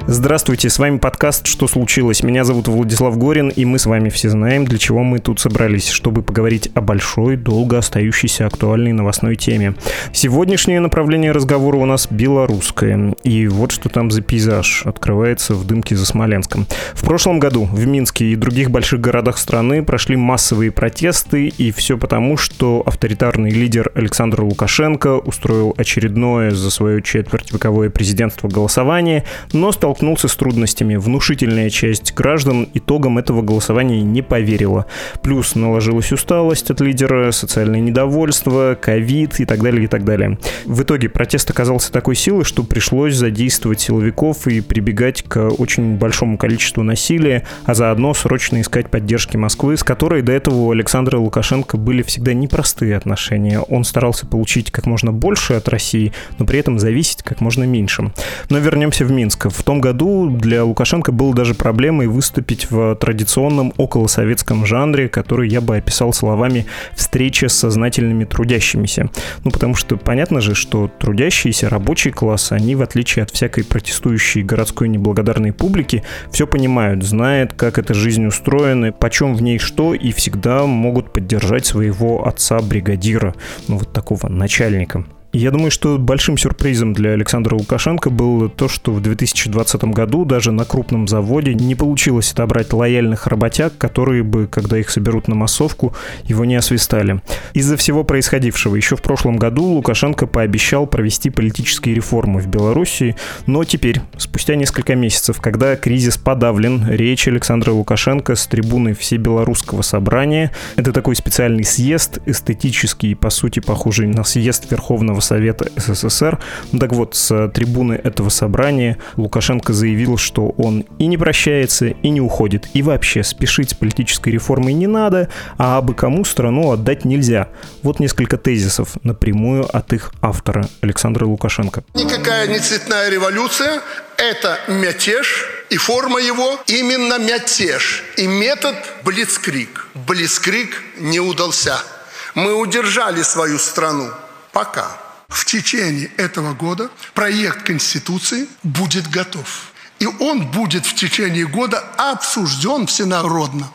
Здравствуйте, с вами подкаст «Что случилось?». Меня зовут Владислав Горин, и мы с вами все знаем, для чего мы тут собрались, чтобы поговорить о большой, долго остающейся актуальной новостной теме. Сегодняшнее направление разговора у нас белорусское, и вот что там за пейзаж открывается в дымке за Смоленском. В прошлом году в Минске и других больших городах страны прошли массовые протесты, и все потому, что авторитарный лидер Александр Лукашенко устроил очередное за свое четвертьвековое президентство голосование, но столкнулся с трудностями. Внушительная часть граждан итогам этого голосования не поверила. Плюс наложилась усталость от лидера, социальное недовольство, ковид и так далее, и так далее. В итоге протест оказался такой силы, что пришлось задействовать силовиков и прибегать к очень большому количеству насилия, а заодно срочно искать поддержки Москвы, с которой до этого у Александра Лукашенко были всегда непростые отношения. Он старался получить как можно больше от России, но при этом зависеть как можно меньше. Но вернемся в Минск. В том году для Лукашенко было даже проблемой выступить в традиционном околосоветском жанре, который я бы описал словами «встреча с сознательными трудящимися». Потому что понятно же, что трудящиеся, рабочий класс, они, в отличие от всякой протестующей городской неблагодарной публики, все понимают, знают, как эта жизнь устроена, почем в ней что, и всегда могут поддержать своего отца-бригадира, вот такого начальника. Я думаю, что большим сюрпризом для Александра Лукашенко было то, что в 2020 году даже на крупном заводе не получилось отобрать лояльных работяг, которые бы, когда их соберут на массовку, его не освистали. Из-за всего происходившего еще в прошлом году Лукашенко пообещал провести политические реформы в Белоруссии, но теперь, спустя несколько месяцев, когда кризис подавлен, речь Александра Лукашенко с трибуны Всебелорусского собрания, это такой специальный съезд, эстетический, по сути, похожий на съезд Верховного Совета СССР. Так вот, с трибуны этого собрания Лукашенко заявил, что он и не прощается, и не уходит. И вообще, спешить с политической реформой не надо, а абы кому страну отдать нельзя. Вот несколько тезисов напрямую от их автора Александра Лукашенко. Никакая не цветная революция, это мятеж, и форма его именно мятеж. И метод блицкриг. Блицкриг не удался. Мы удержали свою страну. Пока. В течение этого года проект Конституции будет готов. И он будет в течение года обсужден всенародно.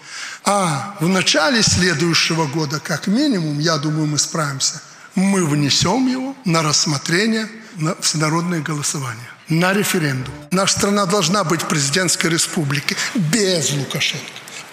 А в начале следующего года, как минимум, я думаю, мы справимся, мы внесем его на рассмотрение на всенародное голосование, на референдум. Наша страна должна быть президентской республикой без Лукашенко.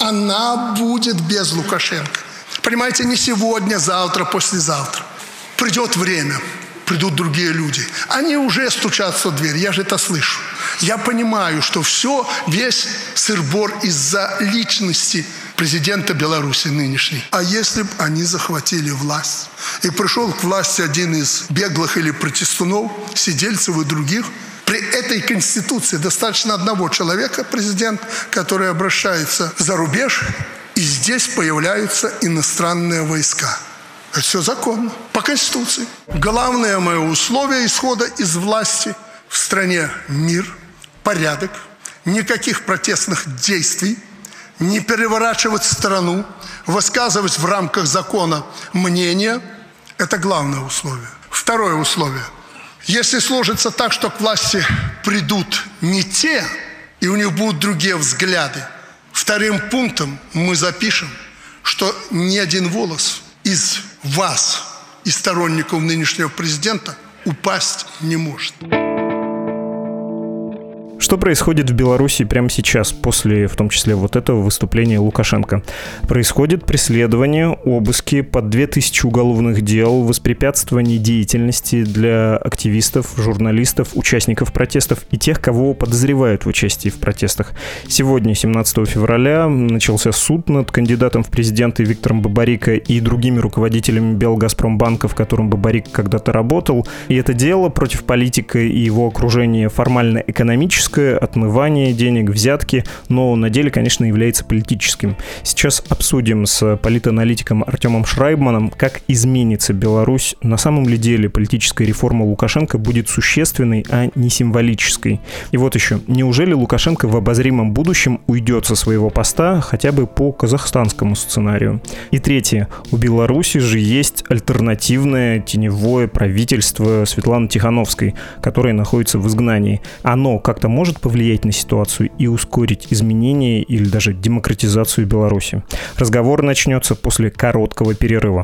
Она будет без Лукашенко. Понимаете, не сегодня, завтра, послезавтра. Придет время, придут другие люди. Они уже стучатся в дверь, я же это слышу. Я понимаю, что весь сыр-бор из-за личности президента Беларуси нынешней. А если бы они захватили власть, и пришел к власти один из беглых или протестунов, сидельцев и других, при этой Конституции достаточно одного человека, президент, который обращается за рубеж, и здесь появляются иностранные войска. Это все законно, по Конституции. Главное мое условие исхода из власти в стране – мир, порядок, никаких протестных действий, не переворачивать страну, высказывать в рамках закона мнение – это главное условие. Второе условие. Если сложится так, что к власти придут не те, и у них будут другие взгляды, вторым пунктом мы запишем, что ни один волос из вас, из сторонников нынешнего президента, упасть не может. Что происходит в Беларуси прямо сейчас, после, в том числе, вот этого выступления Лукашенко? Происходит преследование, обыски, под 2000 уголовных дел, воспрепятствование деятельности для активистов, журналистов, участников протестов и тех, кого подозревают в участии в протестах. Сегодня, 17 февраля, начался суд над кандидатом в президенты Виктором Бабарико и другими руководителями Белгазпромбанка, в котором Бабарико когда-то работал. И это дело против политика и его окружения формально экономическое, отмывание денег, взятки, но на деле, конечно, является политическим. Сейчас обсудим с политаналитиком Артемом Шрайбманом, как изменится Беларусь. На самом ли деле политическая реформа Лукашенко будет существенной, а не символической? И вот еще, неужели Лукашенко в обозримом будущем уйдет со своего поста хотя бы по казахстанскому сценарию? И третье, у Беларуси же есть альтернативное теневое правительство Светланы Тихановской, которое находится в изгнании. Оно как-то может может повлиять на ситуацию и ускорить изменения или даже демократизацию Беларуси? Разговор начнется после короткого перерыва.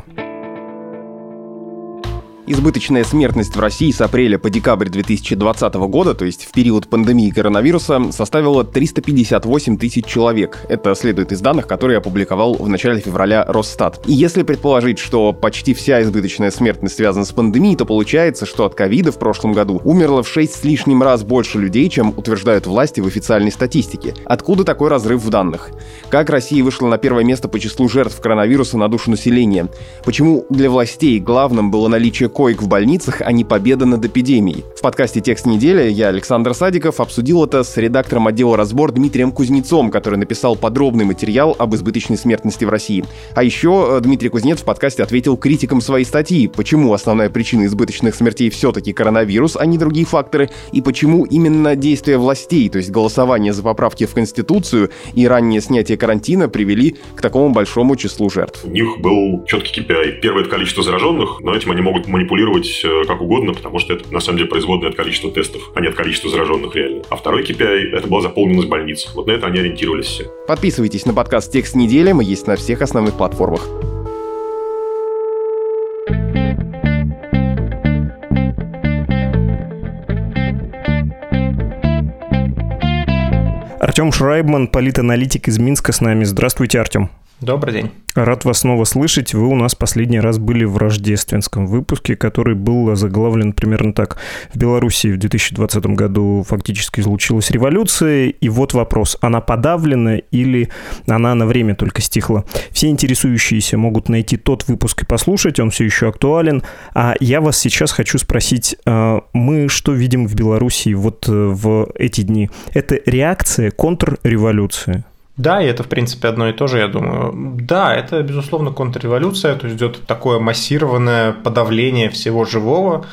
Избыточная смертность в России с апреля по декабрь 2020 года, то есть в период пандемии коронавируса, составила 358 тысяч человек. Это следует из данных, которые опубликовал в начале февраля Росстат. И если предположить, что почти вся избыточная смертность связана с пандемией, то получается, что от ковида в прошлом году умерло в 6 с лишним раз больше людей, чем утверждают власти в официальной статистике. Откуда такой разрыв в данных? Как Россия вышла на первое место по числу жертв коронавируса на душу населения? Почему для властей главным было наличие коек в больницах, а не победа над эпидемией? В подкасте «Текст недели» я, Александр Садиков, обсудил это с редактором отдела «Разбор» Дмитрием Кузнецом, который написал подробный материал об избыточной смертности в России. А еще Дмитрий Кузнец в подкасте ответил критикам своей статьи, почему основная причина избыточных смертей все-таки коронавирус, а не другие факторы, и почему именно действия властей, то есть голосование за поправки в Конституцию и раннее снятие карантина, привели к такому большому числу жертв. У них был четкий KPI. Первое — это количество зараженных, но этим они могут манипулировать как угодно, потому что это на самом деле производное от количества тестов, а не от количества зараженных реально. А второй KPI — это была заполненность больниц. Вот на это они ориентировались все. Подписывайтесь на подкаст «Текст недели», мы есть на всех основных платформах. Артем Шрайбман, политаналитик из Минска, с нами. Здравствуйте, Артем. Добрый день. Рад вас снова слышать. Вы у нас последний раз были в рождественском выпуске, который был заглавлен примерно так. В Беларуси в 2020 году фактически случилась революция. И вот вопрос, она подавлена или она на время только стихла? Все интересующиеся могут найти тот выпуск и послушать, он все еще актуален. А я вас сейчас хочу спросить, мы что видим в Беларуси вот в эти дни? Это реакция контрреволюции? Да, и это, в принципе, одно и то же, я думаю. Да, это, безусловно, контрреволюция, то есть идет такое массированное подавление всего живого,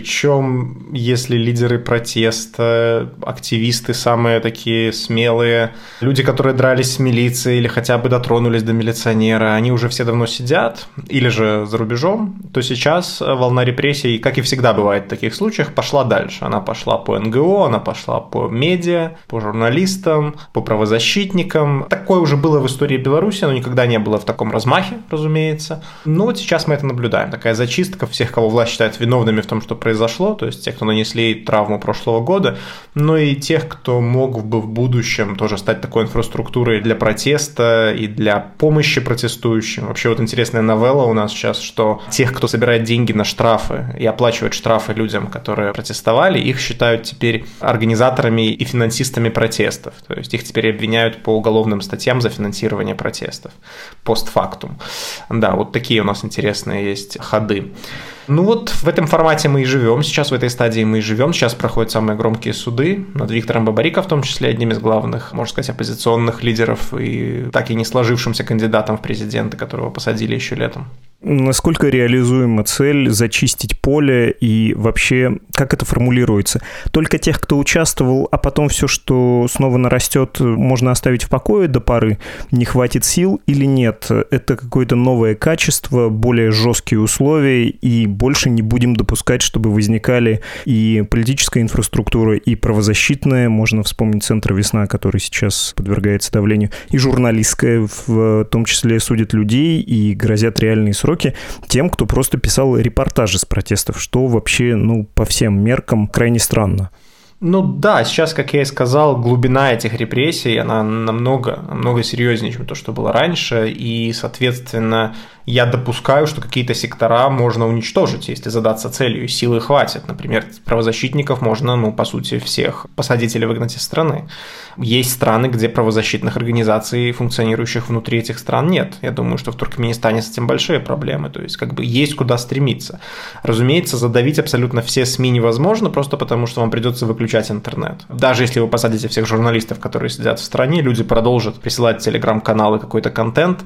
причем если лидеры протеста, активисты самые такие смелые, люди, которые дрались с милицией или хотя бы дотронулись до милиционера, они уже все давно сидят или же за рубежом, то сейчас волна репрессий, как и всегда бывает в таких случаях, пошла дальше. Она пошла по НГО, она пошла по медиа, по журналистам, по правозащитникам. Такое уже было в истории Беларуси, но никогда не было в таком размахе, разумеется. Но вот сейчас мы это наблюдаем. Такая зачистка всех, кого власть считает виновными в том, что произошло, то есть тех, кто нанесли травму прошлого года, но и тех, кто мог бы в будущем тоже стать такой инфраструктурой для протеста и для помощи протестующим. Вообще вот интересная новелла у нас сейчас, что тех, кто собирает деньги на штрафы и оплачивает штрафы людям, которые протестовали, их считают теперь организаторами и финансистами протестов. То есть их теперь обвиняют по уголовным статьям за финансирование протестов. Постфактум. Да, вот такие у нас интересные есть ходы. Ну вот в этом формате мы и живем, сейчас в этой стадии мы и живем, сейчас проходят самые громкие суды над Виктором Бабарико, в том числе одним из главных, можно сказать, оппозиционных лидеров и так и не сложившимся кандидатом в президенты, которого посадили еще летом. Насколько реализуема цель зачистить поле и вообще как это формулируется? Только тех, кто участвовал, а потом все, что снова нарастет, можно оставить в покое до поры? Не хватит сил или нет? Это какое-то новое качество, более жесткие условия, и больше не будем допускать, чтобы возникали и политическая инфраструктура, и правозащитная, можно вспомнить Центр «Весна», который сейчас подвергается давлению, и журналистская, в том числе судят людей и грозят реальные сроки тем, кто просто писал репортажи с протестов, что вообще, по всем меркам крайне странно. Ну да, сейчас, как я и сказал, глубина этих репрессий, она намного серьезнее, чем то, что было раньше, и, соответственно, я допускаю, что какие-то сектора можно уничтожить, если задаться целью, и силы хватит. Например, правозащитников можно, по сути, всех посадить или выгнать из страны. Есть страны, где правозащитных организаций, функционирующих внутри этих стран, нет. Я думаю, что в Туркменистане с этим большие проблемы, то есть есть куда стремиться. Разумеется, задавить абсолютно все СМИ невозможно, просто потому что вам придется выключать интернет. Даже если вы посадите всех журналистов, которые сидят в стране, люди продолжат присылать в телеграм-каналы какой-то контент,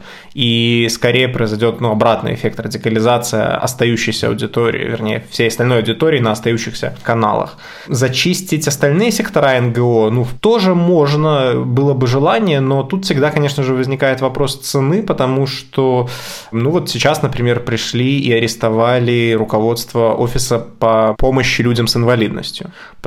и скорее произойдет обратный эффект, радикализация остающейся аудитории, вернее, всей остальной аудитории на остающихся каналах. Зачистить остальные сектора НГО, тоже можно, было бы желание, но тут всегда, конечно же, возникает вопрос цены, потому что, вот сейчас, например, пришли и арестовали руководство офиса по помощи людям с инвалидностью, потому что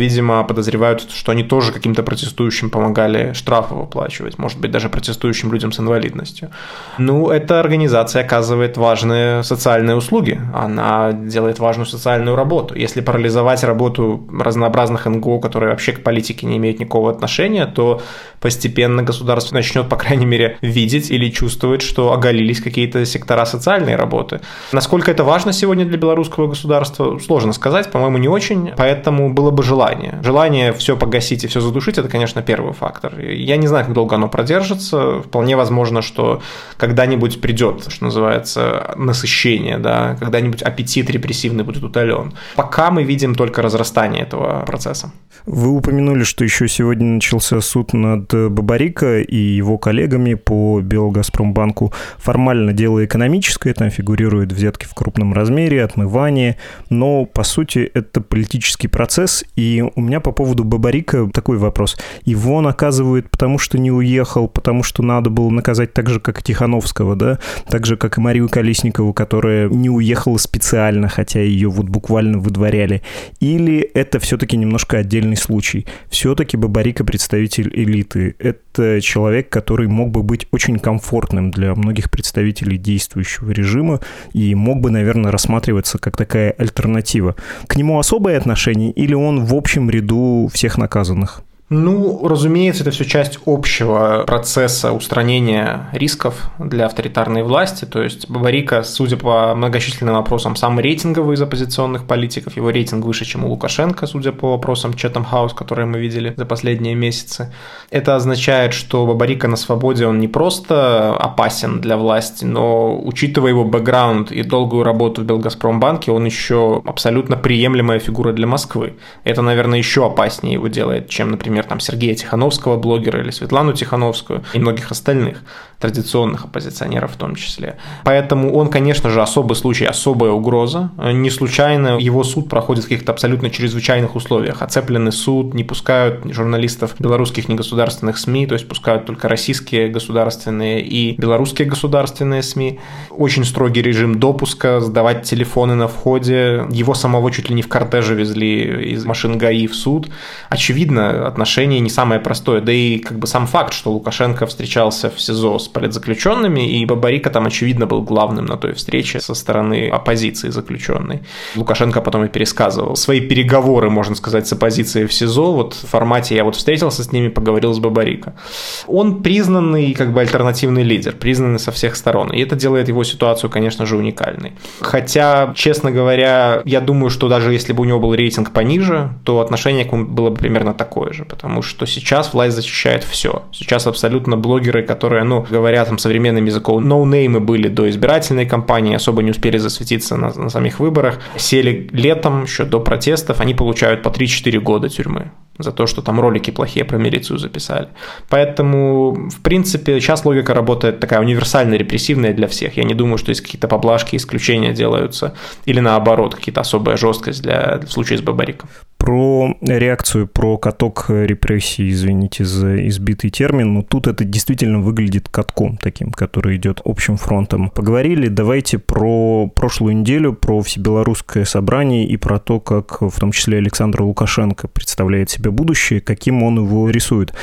видимо, подозревают, что они тоже каким-то протестующим помогали штрафы выплачивать, может быть, даже протестующим людям с инвалидностью. Ну, эта организация оказывает важные социальные услуги, она делает важную социальную работу. Если парализовать работу разнообразных НГО, которые вообще к политике не имеют никакого отношения, то постепенно государство начнет, по крайней мере, видеть или чувствовать, что оголились какие-то сектора социальной работы. Насколько это важно сегодня для белорусского государства, сложно сказать, по-моему, не очень, поэтому было бы желание. Желание все погасить и все задушить – это, конечно, первый фактор. Я не знаю, как долго оно продержится, вполне возможно, что когда-нибудь придет, что называется, насыщение, да, когда-нибудь аппетит репрессивный будет утолен. Пока мы видим только разрастание этого процесса. Вы упомянули, что еще сегодня начался суд над Бабарико и его коллегами по Белгазпромбанку. Формально дело экономическое, там фигурируют взятки в крупном размере, отмывание, но, по сути, это политический процесс, и у меня по поводу Бабарико такой вопрос. Его наказывают потому, что не уехал, потому что надо было наказать так же, как и Тихановского, да? Так же, как и Марию Колесникову, которая не уехала специально, хотя ее вот буквально выдворяли. Или это все-таки немножко отдельный случай? Все-таки Бабарико представитель элиты. Это человек, который мог бы быть очень комфортным для многих представителей действующего режима и мог бы, наверное, рассматриваться как такая альтернатива. К нему особое отношение или он в общем ряду всех наказанных? Ну, разумеется, это все часть общего процесса устранения рисков для авторитарной власти. То есть Бабарико, судя по многочисленным опросам, самый рейтинговый из оппозиционных политиков. Его рейтинг выше, чем у Лукашенко, судя по опросам Chatham House, которые мы видели за последние месяцы. Это означает, что Бабарико на свободе, он не просто опасен для власти, но, учитывая его бэкграунд и долгую работу в Белгазпромбанке, он еще абсолютно приемлемая фигура для Москвы. Это, наверное, еще опаснее его делает, чем, например, там Сергея Тихановского, блогера, или Светлану Тихановскую и многих остальных традиционных оппозиционеров в том числе. Поэтому он, конечно же, особый случай, особая угроза. Не случайно его суд проходит в каких-то абсолютно чрезвычайных условиях. Оцепленный суд, не пускают журналистов белорусских негосударственных СМИ, то есть пускают только российские государственные и белорусские государственные СМИ. Очень строгий режим допуска, сдавать телефоны на входе. Его самого чуть ли не в кортеже везли из машин ГАИ в суд. Очевидно, отношение не самое простое. Да и как бы сам факт, что Лукашенко встречался в СИЗО с политзаключенными, и Бабарико там, очевидно, был главным на той встрече со стороны оппозиции заключенной. Лукашенко потом и пересказывал свои переговоры, можно сказать, с оппозицией в СИЗО. Вот в формате «я вот встретился с ними, поговорил с Бабарико». Он признанный как бы альтернативный лидер, признанный со всех сторон. И это делает его ситуацию, конечно же, уникальной. Хотя, честно говоря, я думаю, что даже если бы у него был рейтинг пониже, то отношение к нему было бы примерно такое же, потому что сейчас власть защищает все. Сейчас абсолютно блогеры, которые, говоря там современным языком, ноунеймы были до избирательной кампании, особо не успели засветиться на самих выборах, сели летом, еще до протестов, они получают по 3-4 года тюрьмы за то, что там ролики плохие про милицию записали. Поэтому, в принципе, сейчас логика работает такая универсальная, репрессивная для всех. Я не думаю, что есть какие-то поблажки, исключения делаются, или наоборот, какие-то особая жесткость в случае с Бабарико. Про реакцию, про каток репрессий, извините за избитый термин, но тут это действительно выглядит катком таким, который идет общим фронтом. Поговорили, давайте про прошлую неделю, про всебелорусское собрание и про то, как в том числе Александр Лукашенко представляет себе будущее, каким он его рисует.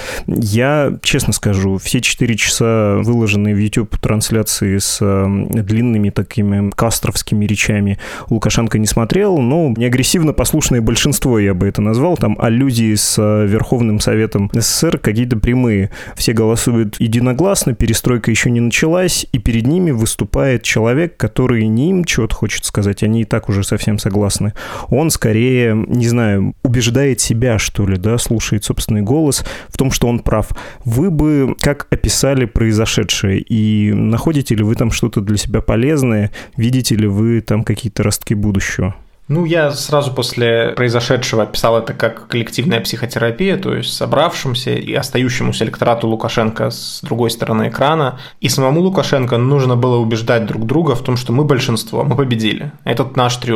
Я, честно скажу, все 4 часа выложенные в YouTube трансляции с длинными такими кастровскими речами Лукашенко не смотрел, но неагрессивно послушное большинство, я бы это назвал, там аллюзии с Верховным Советом СССР какие-то прямые. Все голосуют единогласно, перестройка еще не началась, и перед ними выступает человек, который не им чего-то хочет сказать, они и так уже совсем согласны. Он скорее, не знаю, убеждает себя, что ли, да, слушает собственный голос в том, что он прав. Вы бы как описали произошедшее, и находите ли вы там что-то для себя полезное, видите ли вы там какие-то ростки будущего? Я сразу после произошедшего описал это как коллективная психотерапия, то есть собравшимся и остающемуся электорату Лукашенко с другой стороны экрана. И самому Лукашенко нужно было убеждать друг друга в том, что мы большинство, мы победили. Это наш триумф.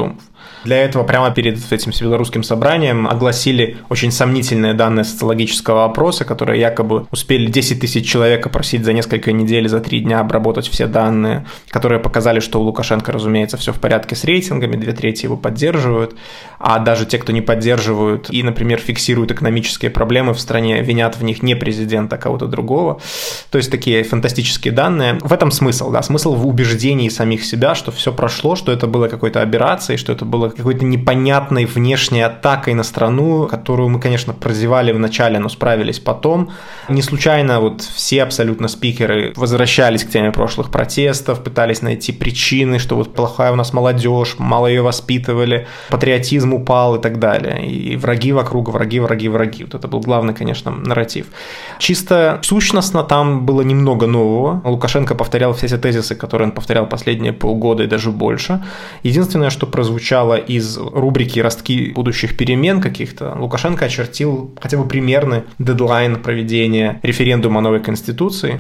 Для этого прямо перед этим всебелорусским собранием огласили очень сомнительные данные социологического опроса, которые якобы успели 10 тысяч человек опросить за несколько недель, за 3 дня обработать все данные, которые показали, что у Лукашенко, разумеется, все в порядке с рейтингами, 2/3 его поддерживают, а даже те, кто не поддерживают и, например, фиксируют экономические проблемы в стране, винят в них не президента, а кого-то другого. То есть такие фантастические данные. В этом смысл, да, смысл в убеждении самих себя, что все прошло, что это было какой-то операцией, что это было какой-то непонятной внешней атакой на страну, которую мы, конечно, прозевали в начале, но справились потом. Не случайно вот все абсолютно спикеры возвращались к теме прошлых протестов, пытались найти причины, что вот плохая у нас молодежь, мало ее воспитывали, патриотизм упал и так далее. И враги вокруг, враги. Вот это был главный, конечно, нарратив. Чисто сущностно там было немного нового. Лукашенко повторял все эти тезисы, которые он повторял последние полгода и даже больше. Единственное, что прозвучало из рубрики «Ростки будущих перемен» каких-то, Лукашенко очертил хотя бы примерный дедлайн проведения референдума о новой конституции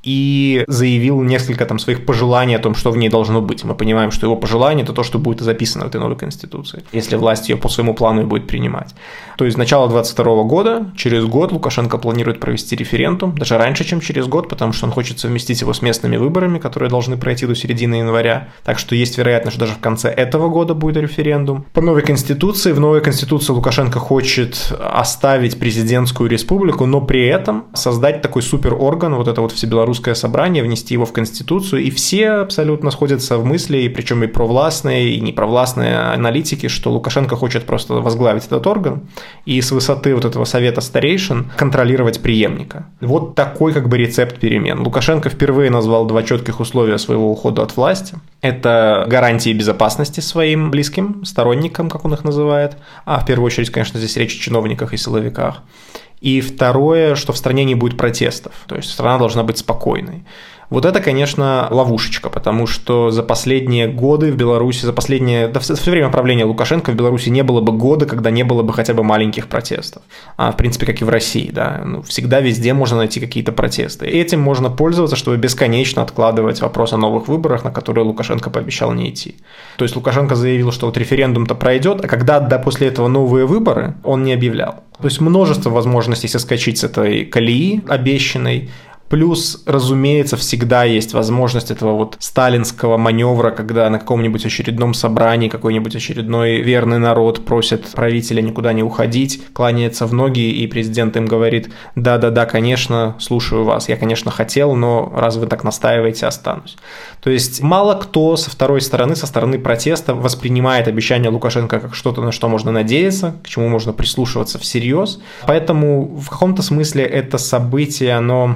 и заявил несколько там своих пожеланий о том, что в ней должно быть. Мы понимаем, что его пожелание – это то, что будет записано в этой новой конституции, если власть ее по своему плану и будет принимать. То есть с начала 2022 года, через год, Лукашенко планирует провести референдум, даже раньше, чем через год, потому что он хочет совместить его с местными выборами, которые должны пройти до середины января. Так что есть вероятность, что даже в конце этого года будет референдум. По новой конституции, в новой конституции Лукашенко хочет оставить президентскую республику, но при этом создать такой суперорган, вот это вот всебелорусское собрание, внести его в Конституцию, и все абсолютно сходятся в мысли, и причем и провластные, и непровластные аналитики, что Лукашенко хочет просто возглавить этот орган и с высоты вот этого совета старейшин контролировать преемника. Вот такой как бы рецепт перемен. Лукашенко впервые назвал 2 четких условия своего ухода от власти. Это гарантии безопасности своим близким, сторонникам, как он их называет, а в первую очередь, конечно, здесь речь о чиновниках и силовиках. И второе, что в стране не будет протестов, то есть страна должна быть спокойной. Вот это, конечно, ловушечка, потому что за последние годы в Беларуси, да все время правления Лукашенко в Беларуси не было бы года, когда не было бы хотя бы маленьких протестов. В принципе, как и в России, да. Всегда везде можно найти какие-то протесты. И этим можно пользоваться, чтобы бесконечно откладывать вопрос о новых выборах, на которые Лукашенко пообещал не идти. То есть Лукашенко заявил, что вот референдум-то пройдет, а когда после этого новые выборы, он не объявлял. То есть множество возможностей соскочить с этой колеи обещанной. Плюс, разумеется, всегда есть возможность этого вот сталинского маневра, когда на каком-нибудь очередном собрании какой-нибудь очередной верный народ просит правителя никуда не уходить, кланяется в ноги, и президент им говорит: да-да-да, конечно, слушаю вас, я, конечно, хотел, но раз вы так настаиваете, останусь. То есть мало кто со второй стороны, со стороны протеста воспринимает обещание Лукашенко как что-то, на что можно надеяться, к чему можно прислушиваться всерьез. Поэтому в каком-то смысле это событие, оно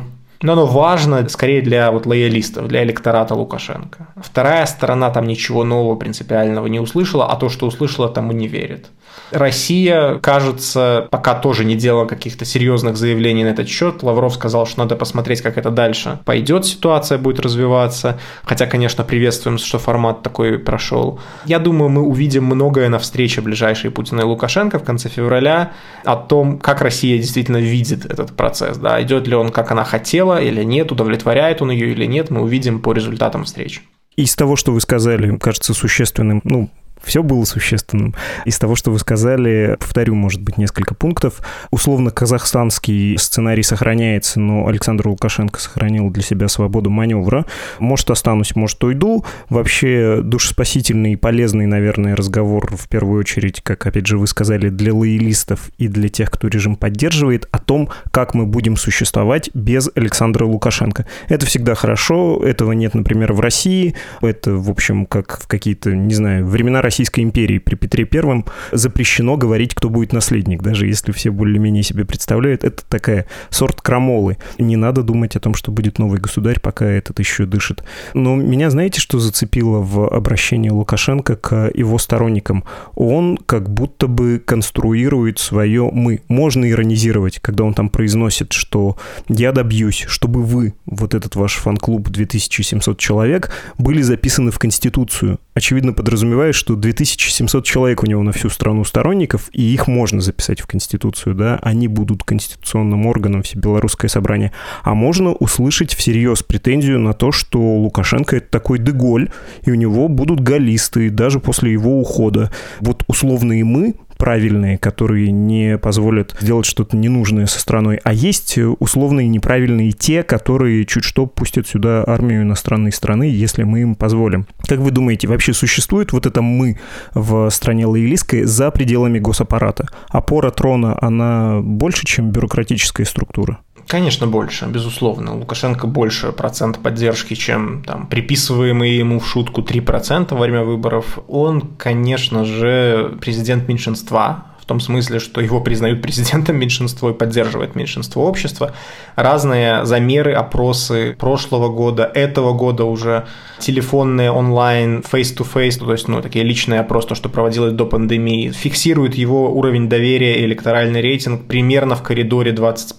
важно скорее для вот лоялистов, для электората Лукашенко. Вторая сторона там ничего нового принципиального не услышала, а то, что услышала, тому не верит. Россия, кажется, пока тоже не делала каких-то серьезных заявлений на этот счет. Лавров сказал, что надо посмотреть, как это дальше пойдет, ситуация будет развиваться. Хотя, конечно, приветствуем, что формат такой прошел. Я думаю, мы увидим многое на встрече ближайшей Путина и Лукашенко в конце февраля о том, как Россия действительно видит этот процесс. Да, идет ли он, как она хотела или нет, удовлетворяет он ее или нет, мы увидим по результатам встречи. Из того, что вы сказали, кажется существенным, все было существенным. Из того, что вы сказали, повторю, может быть, несколько пунктов. Условно, казахстанский сценарий сохраняется, но Александр Лукашенко сохранил для себя свободу маневра. Может, останусь, может, уйду. Вообще, душеспасительный и полезный, наверное, разговор, в первую очередь, как, опять же, вы сказали, для лоялистов и для тех, кто режим поддерживает, о том, как мы будем существовать без Александра Лукашенко. Это всегда хорошо. Этого нет, например, в России. Это, в общем, как в какие-то, не знаю, времена Российской империи при Петре I запрещено говорить, кто будет наследник, даже если все более-менее себе представляют. Это такая сорт крамолы. Не надо думать о том, что будет новый государь, пока этот еще дышит. Но меня, знаете, что зацепило в обращении Лукашенко к его сторонникам? Он как будто бы конструирует свое «мы». Можно иронизировать, когда он там произносит, что «я добьюсь, чтобы вы, вот этот ваш фан-клуб 2700 человек, были записаны в Конституцию». очевидно, подразумевает, что 2700 человек у него на всю страну сторонников, и их можно записать в Конституцию, да, они будут конституционным органом Всебелорусское собрание. А можно услышать всерьез претензию на то, что Лукашенко — это такой Деголь, и у него будут галлисты даже после его ухода. Вот условные мы, правильные, которые не позволят сделать что-то ненужное со страной, а есть условные неправильные те, которые чуть что пустят сюда армию иностранной страны, если мы им позволим. Как вы думаете, вообще существует вот это «мы» в стране лоялистской за пределами госаппарата? Опора трона, она больше, чем бюрократическая структура? Конечно, больше, безусловно. Лукашенко больше процент поддержки, чем там приписываемые ему в шутку 3% во время выборов. Он, конечно же, президент меньшинства, в том смысле, что его признают президентом меньшинства и поддерживает меньшинство общества. Разные замеры, опросы прошлого года, этого года уже, телефонные, онлайн, face-to-face, то есть, такие личные опросы, то, что проводилось до пандемии, фиксируют его уровень доверия и электоральный рейтинг примерно в коридоре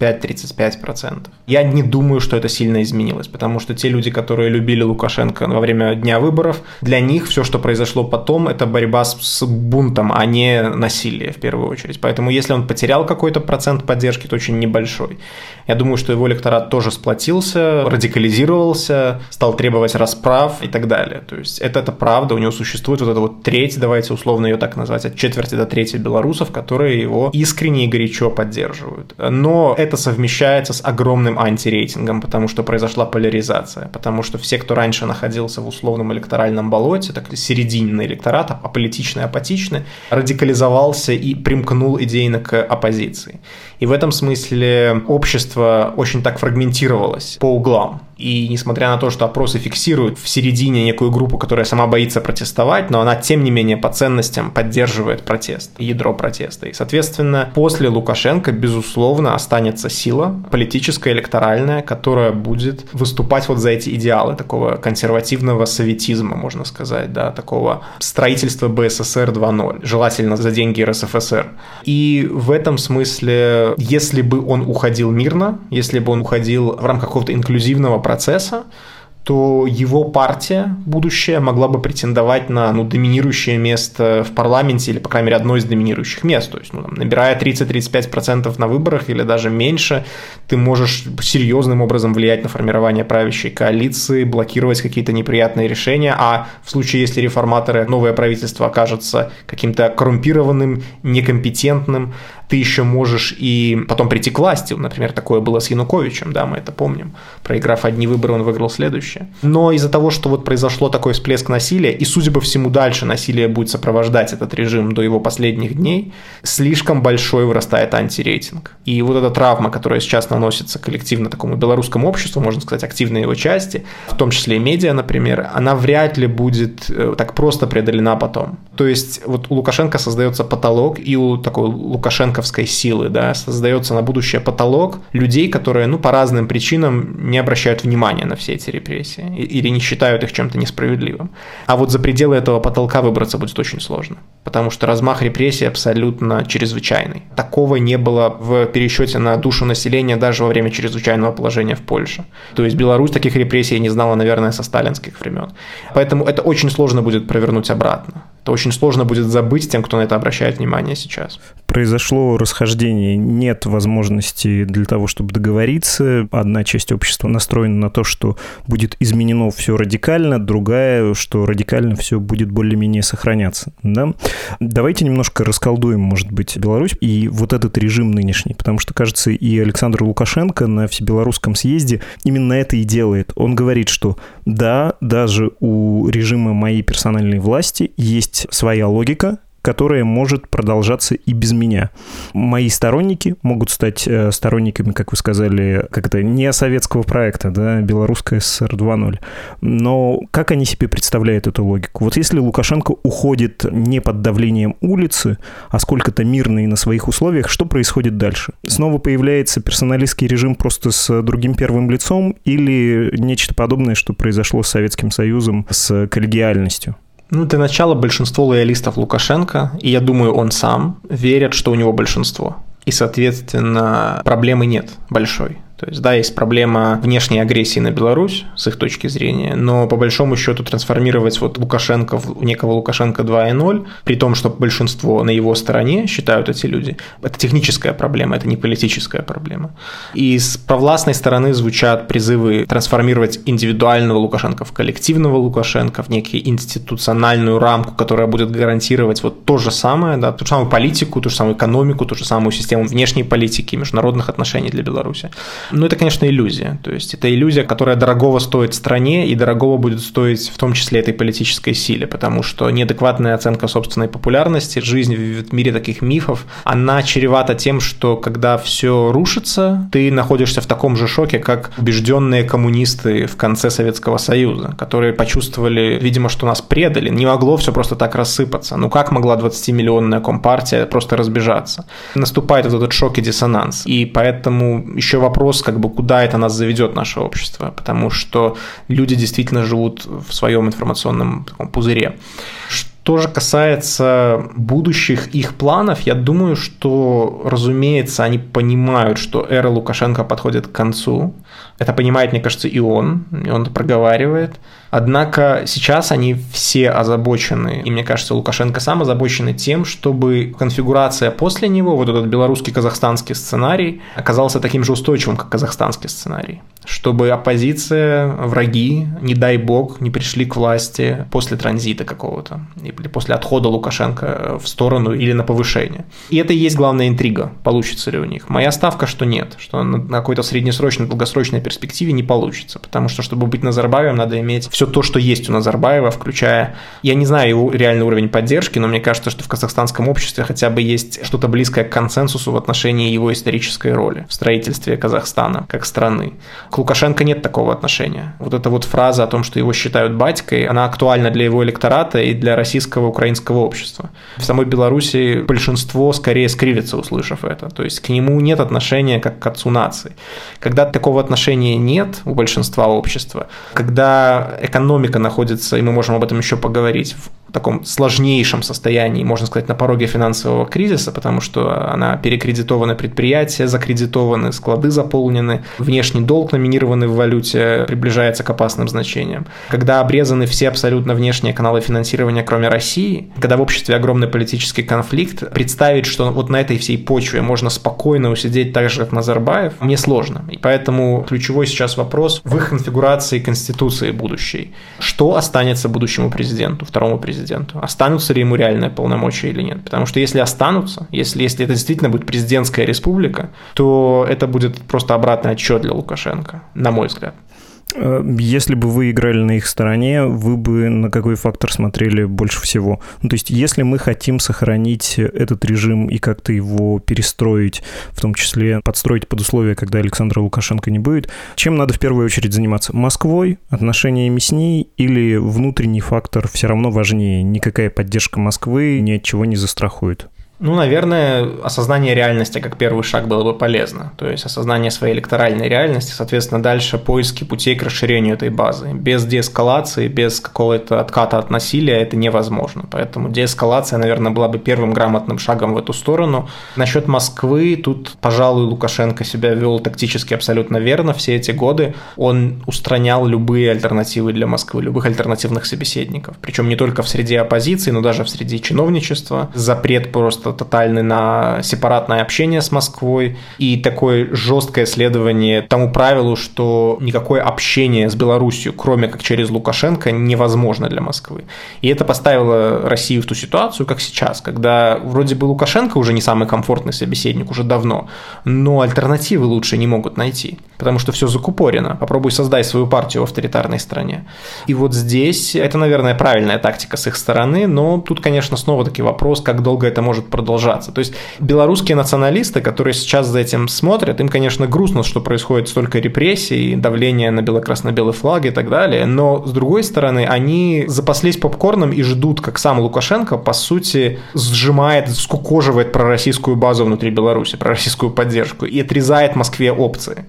25-35%. Я не думаю, что это сильно изменилось, потому что те люди, которые любили Лукашенко во время дня выборов, для них все, что произошло потом, это борьба с бунтом, а не насилие, в первую очередь. Поэтому если он потерял какой-то процент поддержки, то очень небольшой. Я думаю, что его электорат тоже сплотился, радикализировался, стал требовать расправ и так далее. То есть это правда, у него существует вот эта вот треть, давайте условно ее так назвать, от четверти до трети белорусов, которые его искренне и горячо поддерживают. Но это совмещается с огромным антирейтингом, потому что произошла поляризация, потому что все, кто раньше находился в условном электоральном болоте, так серединный электорат, аполитичный, апатичный, радикализовался и примкнул идейно к оппозиции. И в этом смысле общество очень так фрагментировалось по углам. И несмотря на то, что опросы фиксируют в середине некую группу, которая сама боится протестовать, но она, тем не менее, по ценностям поддерживает протест, ядро протеста. И, соответственно, после Лукашенко, безусловно, останется сила политическая, электоральная, которая будет выступать вот за эти идеалы такого консервативного советизма, можно сказать, да, такого строительства БССР 2.0, желательно за деньги РСФСР. И в этом смысле, если бы он уходил мирно, если бы он уходил в рамках какого-то инклюзивного процесса, то его партия будущая могла бы претендовать на доминирующее место в парламенте или, по крайней мере, одно из доминирующих мест. То есть, набирая 30-35% на выборах или даже меньше, ты можешь серьезным образом влиять на формирование правящей коалиции, блокировать какие-то неприятные решения, а в случае, если реформаторы, новое правительство окажется каким-то коррумпированным, некомпетентным, ты еще можешь и потом прийти к власти. Например, такое было с Януковичем, да, мы это помним. Проиграв одни выборы, он выиграл следующие. Но из-за того, что вот произошло такой всплеск насилия, и, судя по всему, дальше насилие будет сопровождать этот режим до его последних дней, слишком большой вырастает антирейтинг. И вот эта травма, которая сейчас наносится коллективно такому белорусскому обществу, можно сказать, активной его части, в том числе и медиа, например, она вряд ли будет так просто преодолена потом. То есть вот у Лукашенко создается потолок, и у такой лукашенковской силы, да, создается на будущее потолок людей, которые, по разным причинам не обращают внимания на все эти репрессии или не считают их чем-то несправедливым. А вот за пределы этого потолка выбраться будет очень сложно, потому что размах репрессий абсолютно чрезвычайный. Такого не было в пересчете на душу населения даже во время чрезвычайного положения в Польше. То есть Беларусь таких репрессий не знала, наверное, со сталинских времен. Поэтому это очень сложно будет провернуть обратно. Это очень сложно будет забыть тем, кто на это обращает внимание сейчас. Произошло расхождение, нет возможности для того, чтобы договориться. Одна часть общества настроена на то, что будет изменено все радикально, другая, что радикально все будет более-менее сохраняться. Да? Давайте немножко расколдуем, может быть, Беларусь и вот этот режим нынешний, потому что, кажется, и Александр Лукашенко на Всебелорусском съезде именно это и делает. Он говорит, что да, даже у режима моей персональной власти есть своя логика, которая может продолжаться и без меня. Мои сторонники могут стать сторонниками, как вы сказали, не советского проекта, да, Белорусская ССР 2.0. Но как они себе представляют эту логику? Вот если Лукашенко уходит не под давлением улицы, а сколько-то мирно и на своих условиях, что происходит дальше? Снова появляется персоналистский режим просто с другим первым лицом или нечто подобное, что произошло с Советским Союзом с коллегиальностью? Для начала большинство лоялистов Лукашенко, и я думаю, он сам, верят, что у него большинство. И, соответственно, проблемы нет большой. То есть, да, есть проблема внешней агрессии на Беларусь с их точки зрения, но по большому счету трансформировать вот Лукашенко в некого Лукашенко 2.0, при том, что большинство на его стороне, считают эти люди, это техническая проблема, это не политическая проблема. И с провластной стороны звучат призывы трансформировать индивидуального Лукашенко в коллективного Лукашенко, в некую институциональную рамку, которая будет гарантировать вот то же самое, да, ту же самую политику, ту же самую экономику, ту же самую систему внешней политики, международных отношений для Беларуси. Но это, конечно, иллюзия. То есть это иллюзия, которая дорогого стоит стране и дорогого будет стоить в том числе этой политической силе, потому что неадекватная оценка собственной популярности, жизнь в мире таких мифов, она чревата тем, что когда все рушится, ты находишься в таком же шоке, как убежденные коммунисты в конце Советского Союза, которые почувствовали, видимо, что нас предали. Не могло все просто так рассыпаться. Ну как могла 20-миллионная компартия просто разбежаться? Наступает вот этот шок и диссонанс. И поэтому еще вопрос, как бы, куда это нас заведет, наше общество, потому что люди действительно живут в своем информационном таком пузыре. Что же касается будущих их планов, я думаю, что, разумеется, они понимают, что эра Лукашенко подходит к концу. Это понимает, мне кажется, и он это проговаривает. Однако сейчас они все озабочены, и мне кажется, Лукашенко сам озабочен тем, чтобы конфигурация после него, вот этот белорусский казахстанский сценарий, оказался таким же устойчивым, как казахстанский сценарий. Чтобы оппозиция, враги, не дай бог, не пришли к власти после транзита какого-то, или после отхода Лукашенко в сторону или на повышение. И это и есть главная интрига, получится ли у них. Моя ставка, что нет, что на какой-то среднесрочной, долгосрочной перспективе не получится, потому что, чтобы быть Назарбаевым, надо иметь все то, что есть у Назарбаева, включая, я не знаю его реальный уровень поддержки, но мне кажется, что в казахстанском обществе хотя бы есть что-то близкое к консенсусу в отношении его исторической роли в строительстве Казахстана как страны. К Лукашенко нет такого отношения. Вот эта вот фраза о том, что его считают батькой, она актуальна для его электората и для российского украинского общества. В самой Беларуси большинство скорее скривится, услышав это. То есть к нему нет отношения как к отцу нации. Когда такого отношения нет у большинства общества, когда экономика находится, и мы можем об этом еще поговорить, в таком сложнейшем состоянии, можно сказать, на пороге финансового кризиса, потому что она перекредитованы предприятия, закредитованы, склады заполнены, внешний долг номинированный в валюте приближается к опасным значениям. Когда обрезаны все абсолютно внешние каналы финансирования, кроме России, когда в обществе огромный политический конфликт, представить, что вот на этой всей почве можно спокойно усидеть так же, как Назарбаев, мне сложно. И поэтому ключевой сейчас вопрос в их конфигурации Конституции будущей. Что останется будущему президенту, второму президенту? Останутся ли ему реальные полномочия или нет? Потому что если останутся, если это действительно будет президентская республика, то это будет просто обратный отсчет для Лукашенко, на мой взгляд. Если бы вы играли на их стороне, вы бы на какой фактор смотрели больше всего? Ну, то есть, если мы хотим сохранить этот режим и как-то его перестроить, в том числе подстроить под условия, когда Александра Лукашенко не будет, чем надо в первую очередь заниматься? Москвой, отношениями с ней или внутренний фактор все равно важнее? Никакая поддержка Москвы ни от чего не застрахует. Ну, наверное, осознание реальности как первый шаг было бы полезно. То есть осознание своей электоральной реальности, соответственно, дальше поиски путей к расширению этой базы. Без деэскалации, без какого-то отката от насилия это невозможно. Поэтому деэскалация, наверное, была бы первым грамотным шагом в эту сторону. Насчет Москвы, тут, пожалуй, Лукашенко себя вел тактически абсолютно верно все эти годы. Он устранял любые альтернативы для Москвы, любых альтернативных собеседников. Причем не только в среде оппозиции, но даже в среде чиновничества. Запрет просто тотальный на сепаратное общение с Москвой и такое жесткое следование тому правилу, что никакое общение с Беларусью, кроме как через Лукашенко, невозможно для Москвы. И это поставило Россию в ту ситуацию, как сейчас, когда вроде бы Лукашенко уже не самый комфортный собеседник уже давно, но альтернативы лучше не могут найти, потому что все закупорено. Попробуй создай свою партию в авторитарной стране. И вот здесь это, наверное, правильная тактика с их стороны, но тут, конечно, снова-таки вопрос, как долго это может продолжаться. То есть белорусские националисты, которые сейчас за этим смотрят, им, конечно, грустно, что происходит столько репрессий, давления на бело-красно-белый флаг и так далее, но, с другой стороны, они запаслись попкорном и ждут, как сам Лукашенко, по сути, сжимает, скукоживает пророссийскую базу внутри Беларуси, пророссийскую поддержку и отрезает Москве опции. И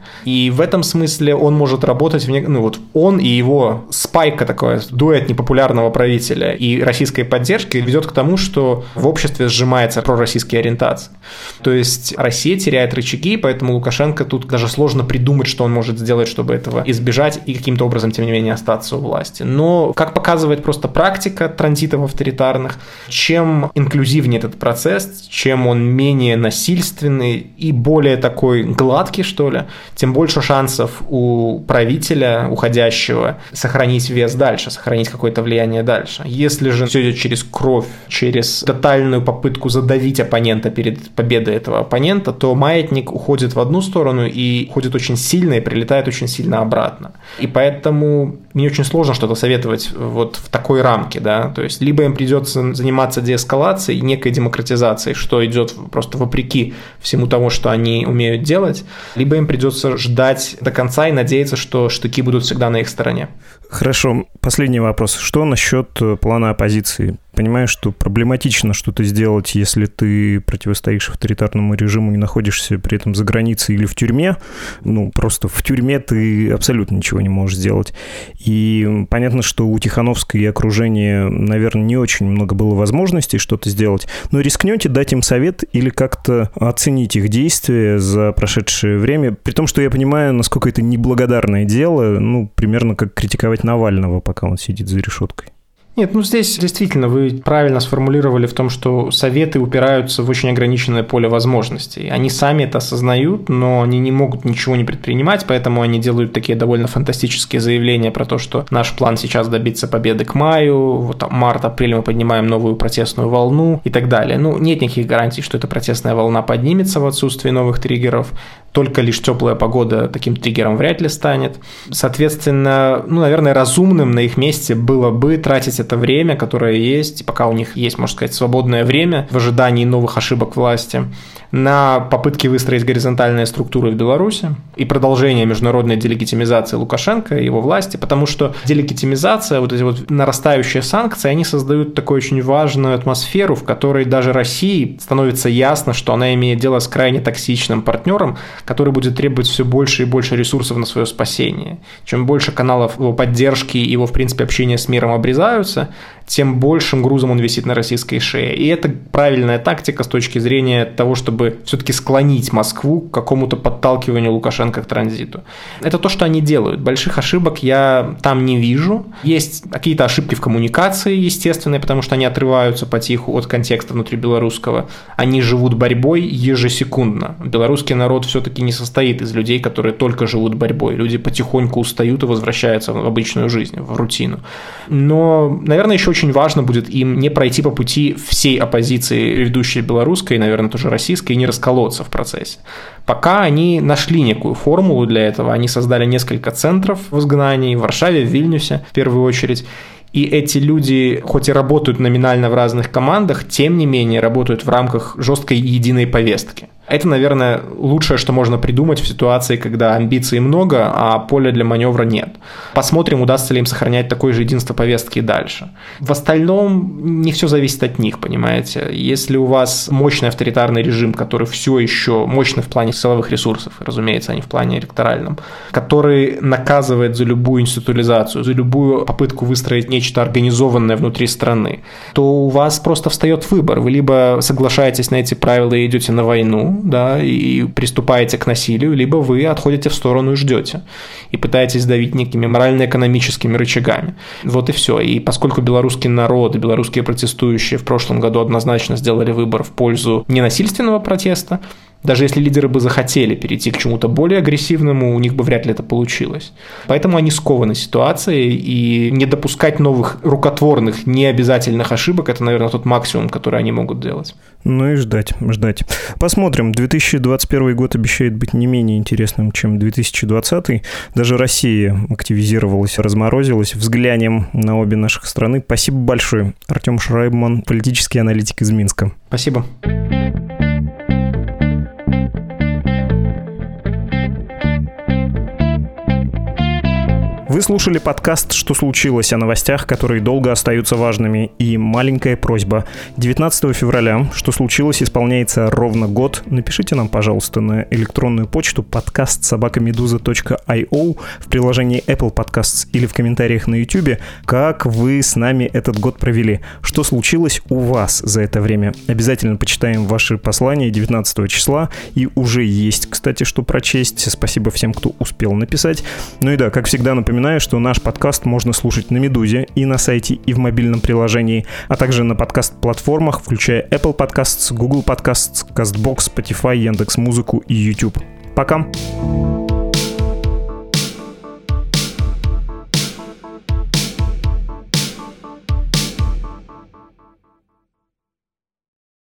И в этом смысле он может работать, он и его спайка такое, дуэт непопулярного правителя и российской поддержки ведет к тому, что в обществе сжимается пророссийские ориентации. То есть Россия теряет рычаги, поэтому Лукашенко тут даже сложно придумать, что он может сделать, чтобы этого избежать и каким-то образом, тем не менее, остаться у власти. Но, как показывает просто практика транзитов авторитарных, чем инклюзивнее этот процесс, чем он менее насильственный и более такой гладкий, что ли, тем больше шансов у правителя уходящего сохранить вес дальше, сохранить какое-то влияние дальше. Если же все идет через кровь, через тотальную попытку задавить оппонента перед победой этого оппонента, то маятник уходит в одну сторону и уходит очень сильно и прилетает очень сильно обратно. И поэтому мне очень сложно что-то советовать вот в такой рамке, да, то есть либо им придется заниматься деэскалацией, некой демократизацией, что идет просто вопреки всему тому, что они умеют делать, либо им придется ждать до конца и надеяться, что штыки будут всегда на их стороне. Хорошо. Последний вопрос. Что насчет плана оппозиции? Понимаю, что проблематично что-то сделать, если ты противостоишь авторитарному режиму и находишься при этом за границей или в тюрьме. Просто в тюрьме ты абсолютно ничего не можешь сделать. И понятно, что у Тихановской и окружения, наверное, не очень много было возможностей что-то сделать. Но рискнете дать им совет или как-то оценить их действия за прошедшее время? При том, что я понимаю, насколько это неблагодарное дело, примерно как критиковать Навального, пока он сидит за решеткой. Нет, здесь действительно вы правильно сформулировали в том, что советы упираются в очень ограниченное поле возможностей. Они сами это осознают, но они не могут ничего не предпринимать, поэтому они делают такие довольно фантастические заявления про то, что наш план сейчас добиться победы к маю, март-апрель мы поднимаем новую протестную волну и так далее. Нет никаких гарантий, что эта протестная волна поднимется в отсутствии новых триггеров. Только лишь теплая погода таким триггером вряд ли станет. Соответственно, наверное, разумным на их месте было бы тратить это время, которое есть, пока у них есть, можно сказать, свободное время в ожидании новых ошибок власти, на попытки выстроить горизонтальные структуры в Беларуси и продолжение международной делегитимизации Лукашенко и его власти, потому что делегитимизация, вот эти вот нарастающие санкции, они создают такую очень важную атмосферу, в которой даже России становится ясно, что она имеет дело с крайне токсичным партнером, который будет требовать все больше и больше ресурсов на свое спасение. Чем больше каналов его поддержки и его, в принципе, общения с миром обрезаются, тем большим грузом он висит на российской шее. И это правильная тактика с точки зрения того, чтобы все-таки склонить Москву к какому-то подталкиванию Лукашенко к транзиту. Это то, что они делают. Больших ошибок я там не вижу. Есть какие-то ошибки в коммуникации, естественные, потому что они отрываются потиху от контекста внутрибелорусского. Они живут борьбой ежесекундно. Белорусский народ все-таки не состоит из людей, которые только живут борьбой. Люди потихоньку устают и возвращаются в обычную жизнь, в рутину. Но, наверное, еще очень важно будет им не пройти по пути всей оппозиции, ведущей белорусской, и, наверное, тоже российской, и не расколоться в процессе. Пока они нашли некую формулу для этого, они создали несколько центров в изгнании, в Варшаве, в Вильнюсе, в первую очередь. И эти люди, хоть и работают номинально в разных командах, тем не менее работают в рамках жесткой единой повестки. Это, наверное, лучшее, что можно придумать в ситуации, когда амбиций много, а поля для маневра нет. Посмотрим, удастся ли им сохранять такое же единство повестки и дальше. В остальном не все зависит от них, понимаете. Если у вас мощный авторитарный режим, который все еще мощный в плане силовых ресурсов, разумеется, а не в плане электоральном, который наказывает за любую институализацию, за любую попытку выстроить нечто организованное внутри страны, то у вас просто встает выбор. Вы либо соглашаетесь на эти правила и идете на войну, да, и приступаете к насилию, либо вы отходите в сторону и ждете, и пытаетесь давить некими морально-экономическими рычагами. Вот и все. И поскольку белорусский народ и белорусские протестующие в прошлом году однозначно сделали выбор в пользу ненасильственного протеста, даже если лидеры бы захотели перейти к чему-то более агрессивному, у них бы вряд ли это получилось. Поэтому они скованы ситуацией, и не допускать новых рукотворных, необязательных ошибок – это, наверное, тот максимум, который они могут делать. И ждать. Посмотрим. 2021 год обещает быть не менее интересным, чем 2020. Даже Россия активизировалась, разморозилась. Взглянем на обе наших страны. Спасибо большое. Артем Шрайбман, политический аналитик из Минска. Спасибо. Вы слушали подкаст «Что случилось?» о новостях, которые долго остаются важными. И маленькая просьба. 19 февраля «Что случилось?» исполняется ровно год. Напишите нам, пожалуйста, на электронную почту podcast@meduza.io в приложении Apple Podcasts или в комментариях на YouTube, как вы с нами этот год провели. Что случилось у вас за это время? Обязательно почитаем ваши послания 19 числа. И уже есть, кстати, что прочесть. Спасибо всем, кто успел написать. Ну и да, как всегда, напоминаю, что наш подкаст можно слушать на «Медузе» и на сайте, и в мобильном приложении, а также на подкаст-платформах, включая Apple Podcasts, Google Podcasts, CastBox, Spotify, Яндекс.Музыку и YouTube. Пока!